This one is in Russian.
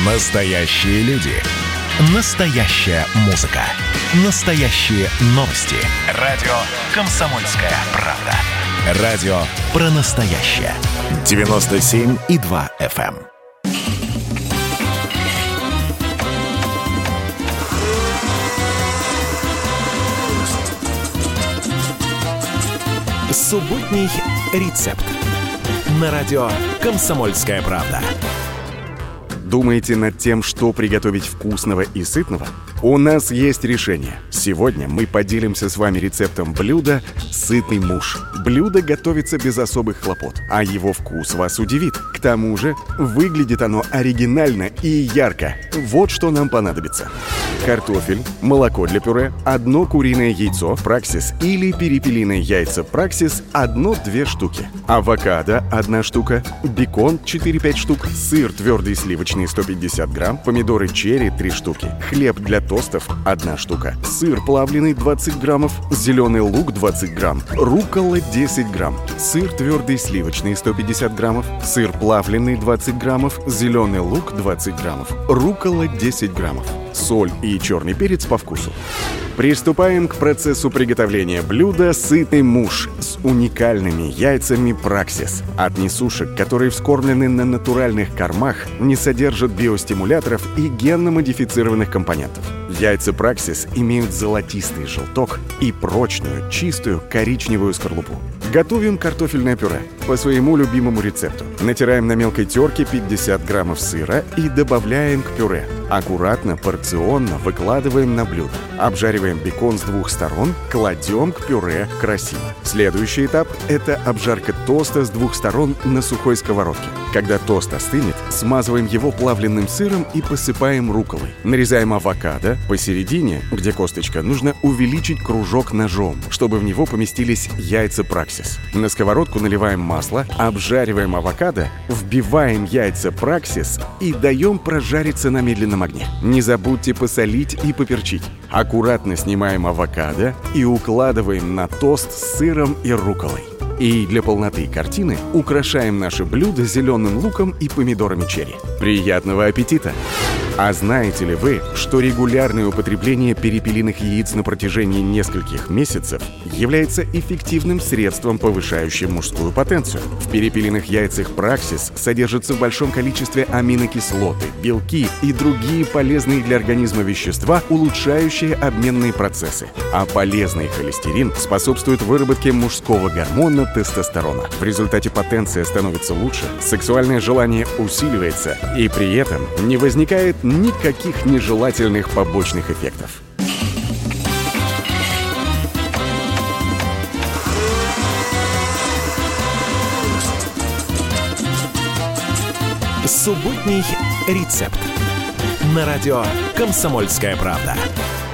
Настоящие люди. Настоящая музыка. Настоящие новости. Радио «Комсомольская правда». Радио про настоящее. 97,2 FM. Субботний рецепт. На радио «Комсомольская правда». Думаете над тем, что приготовить вкусного и сытного? У нас есть решение. Сегодня мы поделимся с вами рецептом блюда «Сытный муж». Блюдо готовится без особых хлопот, а его вкус вас удивит. К тому же, выглядит оно оригинально и ярко. Вот что нам понадобится. Картофель, молоко для пюре, 1 куриное яйцо Праксис или перепелиные яйца Праксис 1-2 штуки, авокадо 1 штука, бекон 4-5 штук, сыр твердый сливочный 150 грамм, помидоры черри 3 штуки, хлеб для тостов 1 штука, сыр плавленый 20 граммов, зеленый лук 20 грамм, руккола 10 грамм, сыр твердый сливочный 150 граммов, сыр плавленый 20 граммов, зеленый лук 20 граммов, руккола 10 граммов, соль и черный перец по вкусу. Приступаем к процессу приготовления блюда «Сытный муж» с уникальными яйцами Праксис. От несушек, которые вскормлены на натуральных кормах, не содержат биостимуляторов и генно-модифицированных компонентов. Яйца Праксис имеют золотистый желток и прочную, чистую коричневую скорлупу. Готовим картофельное пюре по своему любимому рецепту. Натираем на мелкой терке 50 граммов сыра и добавляем к пюре. Аккуратно, порционно выкладываем на блюдо. Обжариваем бекон с 2 сторон, кладем к пюре красиво. Следующий этап – это обжарка тоста с 2 сторон на сухой сковородке. Когда тост остынет, смазываем его плавленным сыром и посыпаем рукколой. Нарезаем авокадо. Посередине, где косточка, нужно увеличить кружок ножом, чтобы в него поместились яйца Праксис. На сковородку наливаем масло, обжариваем авокадо, вбиваем яйца Праксис и даем прожариться на медленном огне. Не забудьте посолить и поперчить. Аккуратно снимаем авокадо и укладываем на тост с сыром и рукколой. И для полноты картины украшаем наше блюдо зеленым луком и помидорами черри. Приятного аппетита! А знаете ли вы, что регулярное употребление перепелиных яиц на протяжении нескольких месяцев является эффективным средством, повышающим мужскую потенцию? В перепелиных яйцах Праксис содержатся в большом количестве аминокислоты, белки и другие полезные для организма вещества, улучшающие обменные процессы. А полезный холестерин способствует выработке мужского гормона тестостерона. В результате потенция становится лучше, сексуальное желание усиливается, и при этом не возникает никаких нежелательных побочных эффектов. Субботний рецепт. На радио «Комсомольская правда».